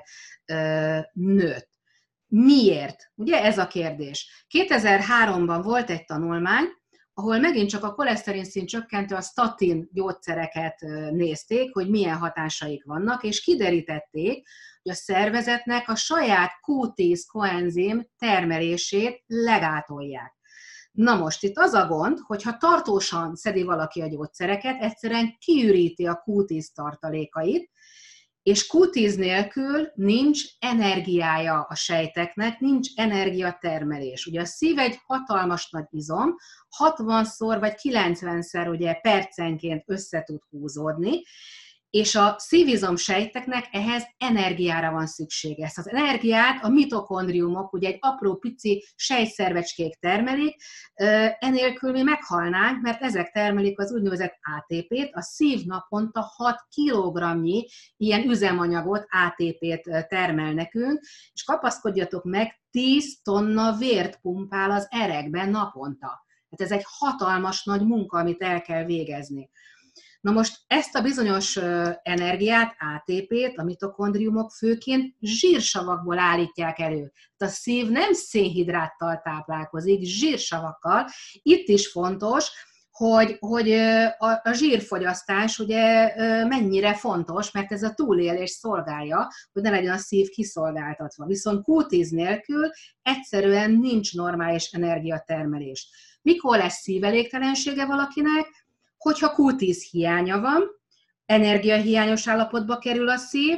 nőtt. Miért? Ugye ez a kérdés. kétezer-háromban volt egy tanulmány, ahol megint csak a koleszterinszint csökkentő, a statin gyógyszereket nézték, hogy milyen hatásaik vannak, és kiderítették, hogy a szervezetnek a saját kú tíz koenzim termelését legátolják. Na most itt az a gond, hogyha tartósan szedi valaki a gyógyszereket, egyszerűen kiüríti a kú tíz tartalékait, és kú tíz nélkül nincs energiája a sejteknek, nincs energiatermelés. Ugye a szív egy hatalmas nagy izom, hatvanszor vagy kilencvenszer ugye percenként össze tud húzódni, és a szívizom sejteknek ehhez energiára van szüksége. Ezt az energiát a mitokondriumok, ugye egy apró pici sejtszervecskék termelik, enélkül mi meghalnánk, mert ezek termelik az úgynevezett á té pét, a szív naponta hat kilogramnyi ilyen üzemanyagot, á té pét termel nekünk, és kapaszkodjatok meg, tíz tonna vért pumpál az erekben naponta. Tehát ez egy hatalmas nagy munka, amit el kell végezni. Na most ezt a bizonyos energiát, á té pét, a mitokondriumok főként zsírsavakból állítják elő. A szív nem szénhidráttal táplálkozik, zsírsavakkal. Itt is fontos, hogy, hogy a, a zsírfogyasztás ugye mennyire fontos, mert ez a túlélés szolgálja, hogy ne legyen a szív kiszolgáltatva. Viszont kú tíz nélkül egyszerűen nincs normális energiatermelés. Mikor lesz szívelégtelensége valakinek? Hogyha kú tíz hiánya van, energiahiányos állapotba kerül a szív,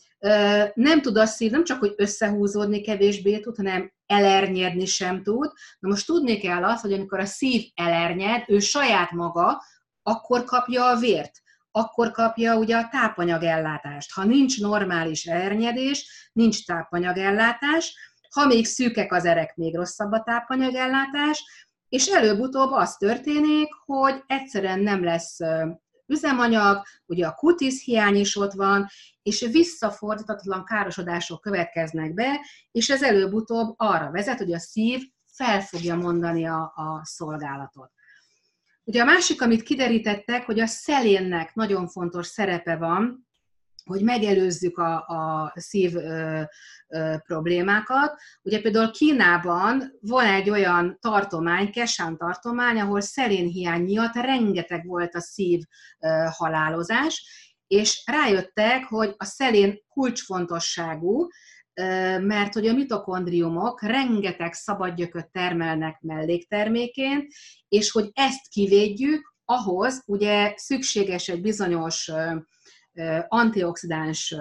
nem tud a szív nem csak, hogy összehúzódni kevésbé tud, hanem elernyedni sem tud. Na most tudni kell azt, hogy amikor a szív elernyed, ő saját maga akkor kapja a vért, akkor kapja ugye a tápanyagellátást. Ha nincs normális elernyedés, nincs tápanyagellátás, Ha még szűkek az erek, még rosszabb a tápanyagellátás, és előbb-utóbb az történik, hogy egyszerűen nem lesz üzemanyag, ugye a kutis hiány is ott van, és visszafordítatlan károsodások következnek be, és ez előbb-utóbb arra vezet, hogy a szív fel fogja mondani a, a szolgálatot. Ugye a másik, amit kiderítettek, hogy a szelénnek nagyon fontos szerepe van, hogy megelőzzük a, a szív ö, ö, problémákat. Ugye például Kínában van egy olyan tartomány, Kesán tartomány, ahol szelénhiány miatt rengeteg volt a szív ö, halálozás, és rájöttek, hogy a szelén kulcsfontosságú, ö, mert hogy a mitokondriumok rengeteg szabadgyököt termelnek melléktermékén, és hogy ezt kivédjük, ahhoz ugye szükséges egy bizonyos ö, antioxidáns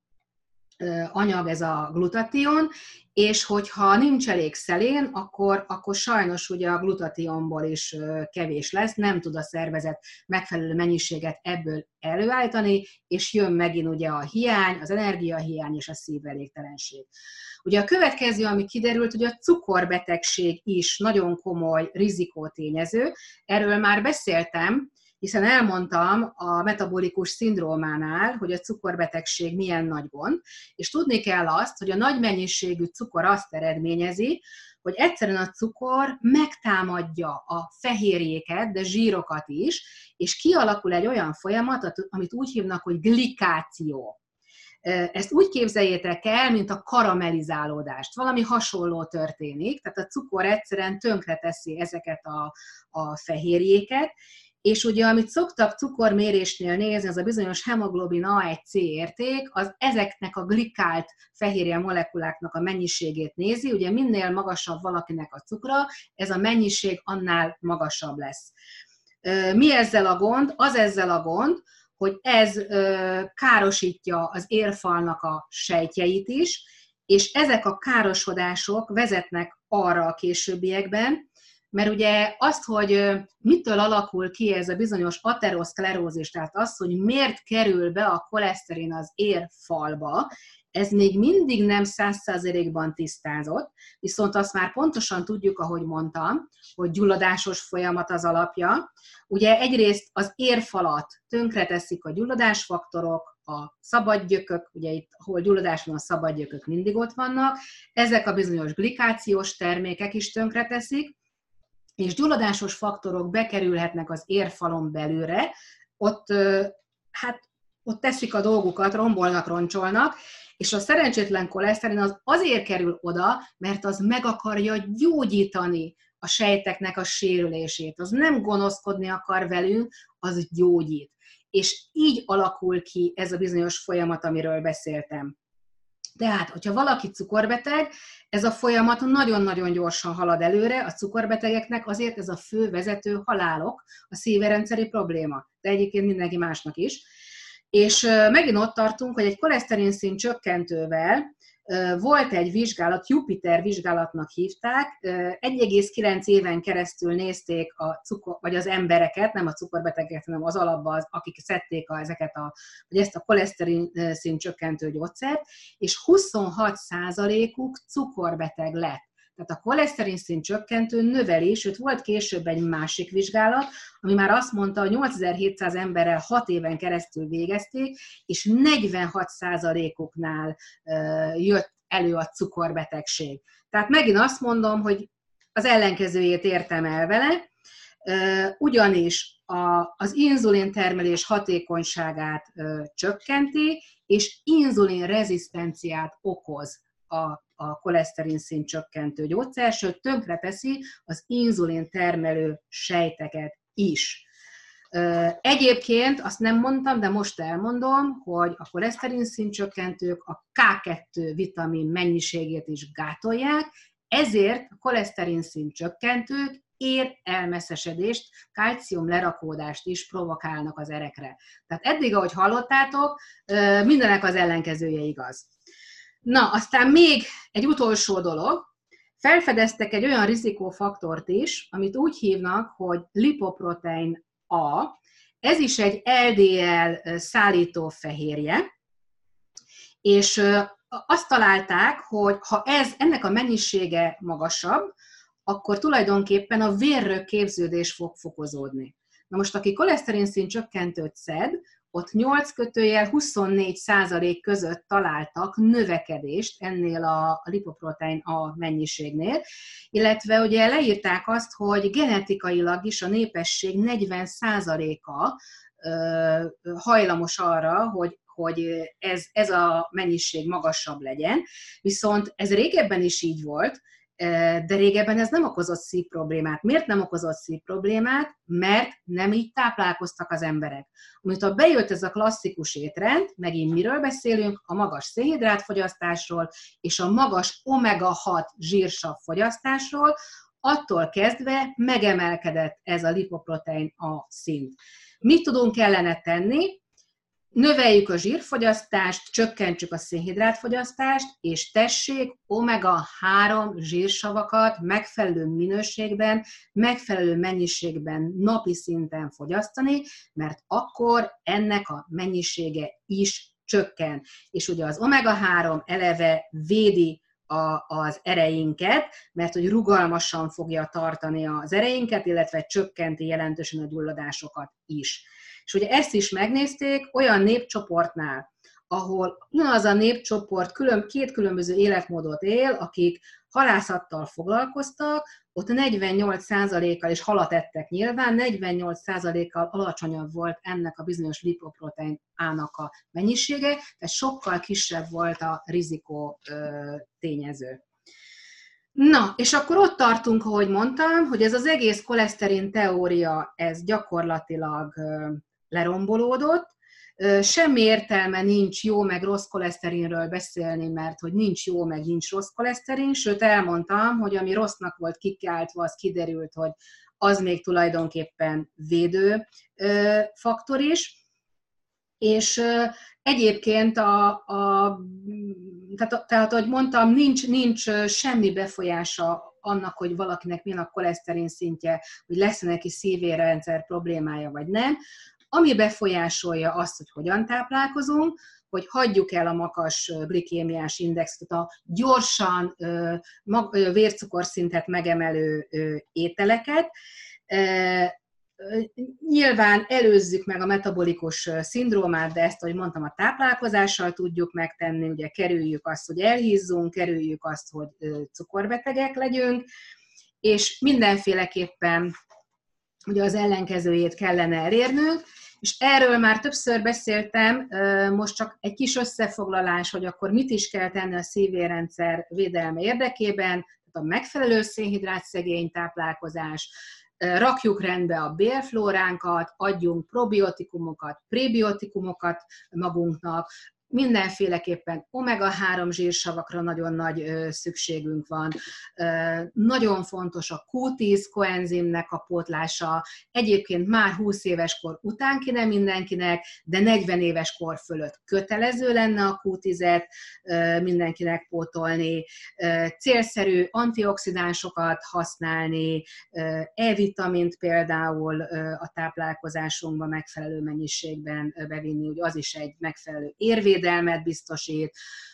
anyag, ez a glutathion, és hogyha nincs elég szelén, akkor, akkor sajnos ugye a glutathionból is kevés lesz, nem tud a szervezet megfelelő mennyiséget ebből előállítani, és jön megint ugye a hiány, az energiahiány és a szívelégtelenség. Ugye a következő, ami kiderült, hogy a cukorbetegség is nagyon komoly rizikótényező, erről már beszéltem, hiszen elmondtam a metabolikus szindrómánál, hogy a cukorbetegség milyen nagy gond, és tudni kell azt, hogy a nagy mennyiségű cukor azt eredményezi, hogy egyszerűen a cukor megtámadja a fehérjéket, de zsírokat is, és kialakul egy olyan folyamat, amit úgy hívnak, hogy glikáció. Ezt úgy képzeljétek el, mint a karamellizálódást. Valami hasonló történik, tehát a cukor egyszerűen tönkreteszi ezeket a, a fehérjéket, és ugye, amit szoktak cukormérésnél nézni, az a bizonyos hemoglobin á egy cé érték, az ezeknek a glikált fehérje molekuláknak a mennyiségét nézi, ugye minél magasabb valakinek a cukra, ez a mennyiség annál magasabb lesz. Mi ezzel a gond? Az ezzel a gond, hogy ez károsítja az érfalnak a sejtjeit is, és ezek a károsodások vezetnek arra a későbbiekben, mert ugye azt, hogy mitől alakul ki ez a bizonyos ateroszklerózis, tehát az, hogy miért kerül be a koleszterin az érfalba, ez még mindig nem száz százalékban tisztázott, viszont azt már pontosan tudjuk, ahogy mondtam, hogy gyulladásos folyamat az alapja. Ugye egyrészt az érfalat tönkreteszik a gyulladásfaktorok, a szabadgyökök, ugye itt, ahol gyulladás van, a szabadgyökök mindig ott vannak, ezek a bizonyos glikációs termékek is tönkreteszik, és gyulladásos faktorok bekerülhetnek az érfalon belőle, ott, hát, ott teszik a dolgukat, rombolnak, roncsolnak, és a szerencsétlen koleszterin az azért kerül oda, mert az meg akarja gyógyítani a sejteknek a sérülését. Az nem gonoszkodni akar velünk, az gyógyít. És így alakul ki ez a bizonyos folyamat, amiről beszéltem. Tehát, hogyha valaki cukorbeteg, ez a folyamat nagyon-nagyon gyorsan halad előre, a cukorbetegeknek azért ez a fő vezető halálok, a szívrendszeri probléma, de egyébként mindenki másnak is. És megint ott tartunk, hogy egy koleszterinszint csökkentővel volt egy vizsgálat, Jupiter vizsgálatnak hívták, egy egész kilenc éven keresztül nézték a cukor, vagy az embereket, nem a cukorbetegeket, hanem az alapban, az, akik szedték a, ezeket a, vagy ezt a koleszterinszint csökkentő gyógyszert, és huszonhat százalékuk cukorbeteg lett. Tehát a koleszterinszint csökkentő növeli, sőt volt később egy másik vizsgálat, ami már azt mondta, hogy nyolcezer-hétszáz emberrel hat éven keresztül végezték, és negyvenhat százalékuknál jött elő a cukorbetegség. Tehát megint azt mondom, hogy az ellenkezőjét értem el vele, ugyanis a, az inzulin termelés hatékonyságát csökkenti, és inzulin rezisztenciát okoz a a koleszterinszint csökkentő gyógyszer, sőt tönkreteszi az inzulin termelő sejteket is. Egyébként azt nem mondtam, de most elmondom, hogy a koleszterinszint csökkentők a ká kettő vitamin mennyiségét is gátolják, ezért a koleszterinszint csökkentők érelmeszesedést, kálcium lerakódást is provokálnak az erekre. Tehát eddig, ahogy hallottátok, mindenek az ellenkezője igaz. Na, aztán még egy utolsó dolog, felfedeztek egy olyan rizikófaktort is, amit úgy hívnak, hogy lipoprotein A, ez is egy el dé el szállító fehérje, és azt találták, hogy ha ez, ennek a mennyisége magasabb, akkor tulajdonképpen a vérről képződés fog fokozódni. Na most, aki koleszterinszint csökkentőt szed, ott nyolc kötőjel huszonnégy százalék között találtak növekedést ennél a lipoprotein A mennyiségnél, illetve ugye leírták azt, hogy genetikailag is a népesség negyven százaléka hajlamos arra, hogy hogy ez, ez a mennyiség magasabb legyen, viszont ez régebben is így volt, de régebben ez nem okozott szívproblémát. Miért nem okozott szívproblémát? Mert nem így táplálkoztak az emberek. Amikor bejött ez a klasszikus étrend, megint miről beszélünk? A magas szénhidrátfogyasztásról és a magas omega hat zsírsav fogyasztásról, attól kezdve megemelkedett ez a lipoprotein A szint. Mit tudunk kellene tenni? Növeljük a zsírfogyasztást, csökkentsük a szénhidrátfogyasztást, és tessék omega három zsírsavakat megfelelő minőségben, megfelelő mennyiségben napi szinten fogyasztani, mert akkor ennek a mennyisége is csökken. És ugye az omega három eleve védi A, az ereinket, mert hogy rugalmasan fogja tartani az ereinket, illetve csökkenti jelentősen a gyulladásokat is. És ugye ezt is megnézték olyan népcsoportnál, ahol ugyanaz a népcsoport külön, két különböző életmódot él, akik halászattal foglalkoztak, ott negyvennyolc százalékkal, és halat ettek nyilván, negyvennyolc százalékkal alacsonyabb volt ennek a bizonyos lipoprotein A-nak a mennyisége, tehát sokkal kisebb volt a rizikó ö, tényező. Na, és akkor ott tartunk, ahogy mondtam, hogy ez az egész koleszterin teória, ez gyakorlatilag ö, lerombolódott. Semmi értelme nincs jó meg rossz koleszterinről beszélni, mert hogy nincs jó meg nincs rossz koleszterin, sőt elmondtam, hogy ami rossznak volt kikiáltva, az kiderült, hogy az még tulajdonképpen védő faktor is. És egyébként, a, a, tehát, tehát ahogy mondtam, nincs, nincs semmi befolyása annak, hogy valakinek milyen a koleszterin szintje, hogy lesz neki szívérrendszer problémája, vagy nem. Ami befolyásolja azt, hogy hogyan táplálkozunk, hogy hagyjuk el a magas glikémiás indexet, a gyorsan vércukorszintet megemelő ételeket. Nyilván előzzük meg a metabolikus szindrómát, de ezt, ahogy mondtam, a táplálkozással tudjuk megtenni, ugye kerüljük azt, hogy elhízzunk, kerüljük azt, hogy cukorbetegek legyünk, és mindenféleképpen ugye az ellenkezőjét kellene elérnünk, és erről már többször beszéltem, most csak egy kis összefoglalás, hogy akkor mit is kell tenni a szívérrendszer védelme érdekében, tehát a megfelelő szénhidrátszegény táplálkozás, rakjuk rendbe a bélflóránkat, adjunk probiotikumokat, prébiotikumokat magunknak, mindenféleképpen omega három zsírsavakra nagyon nagy ö, szükségünk van. Ö, nagyon fontos a kú tíz koenzimnek a pótlása. Egyébként már húsz éves kor után kéne mindenkinek, de negyven éves kor fölött kötelező lenne a kú tízet ö, mindenkinek pótolni. Ö, célszerű antioxidánsokat használni, ö, E-vitamint például ö, a táplálkozásunkban megfelelő mennyiségben ö, bevinni, úgy az is egy megfelelő érvédelmet biztosít.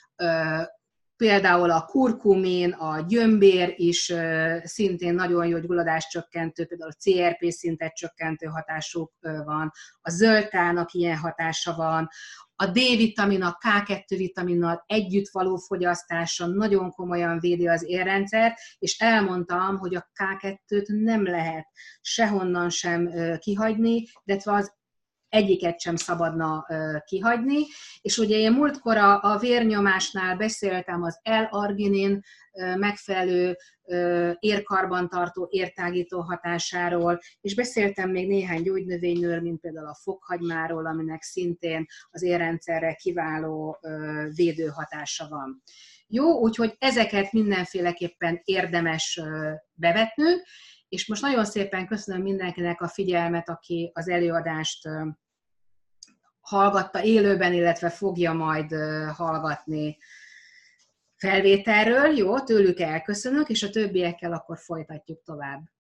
Például a kurkumin, a gyömbér is szintén nagyon jó gyulladáscsökkentő, például a cé er pé szintet csökkentő hatásuk van, a zöldtának ilyen hatása van, a D-vitamin, a ká kettő vitaminnal együtt való fogyasztása nagyon komolyan védi az érrendszert, és elmondtam, hogy a ká kettőt nem lehet sehonnan sem kihagyni, de az egyiket sem szabadna uh, kihagyni, és ugye én múltkor a, a vérnyomásnál beszéltem az L-arginin uh, megfelelő uh, érkarbantartó, értágító hatásáról, és beszéltem még néhány gyógynövényről, mint például a fokhagymáról, aminek szintén az érrendszerre kiváló uh, védő hatása van. Jó, úgyhogy ezeket mindenféleképpen érdemes uh, bevetnünk, és most nagyon szépen köszönöm mindenkinek a figyelmet, aki az előadást hallgatta élőben, illetve fogja majd hallgatni felvételről. Jó, tőlük elköszönök, és a többiekkel akkor folytatjuk tovább.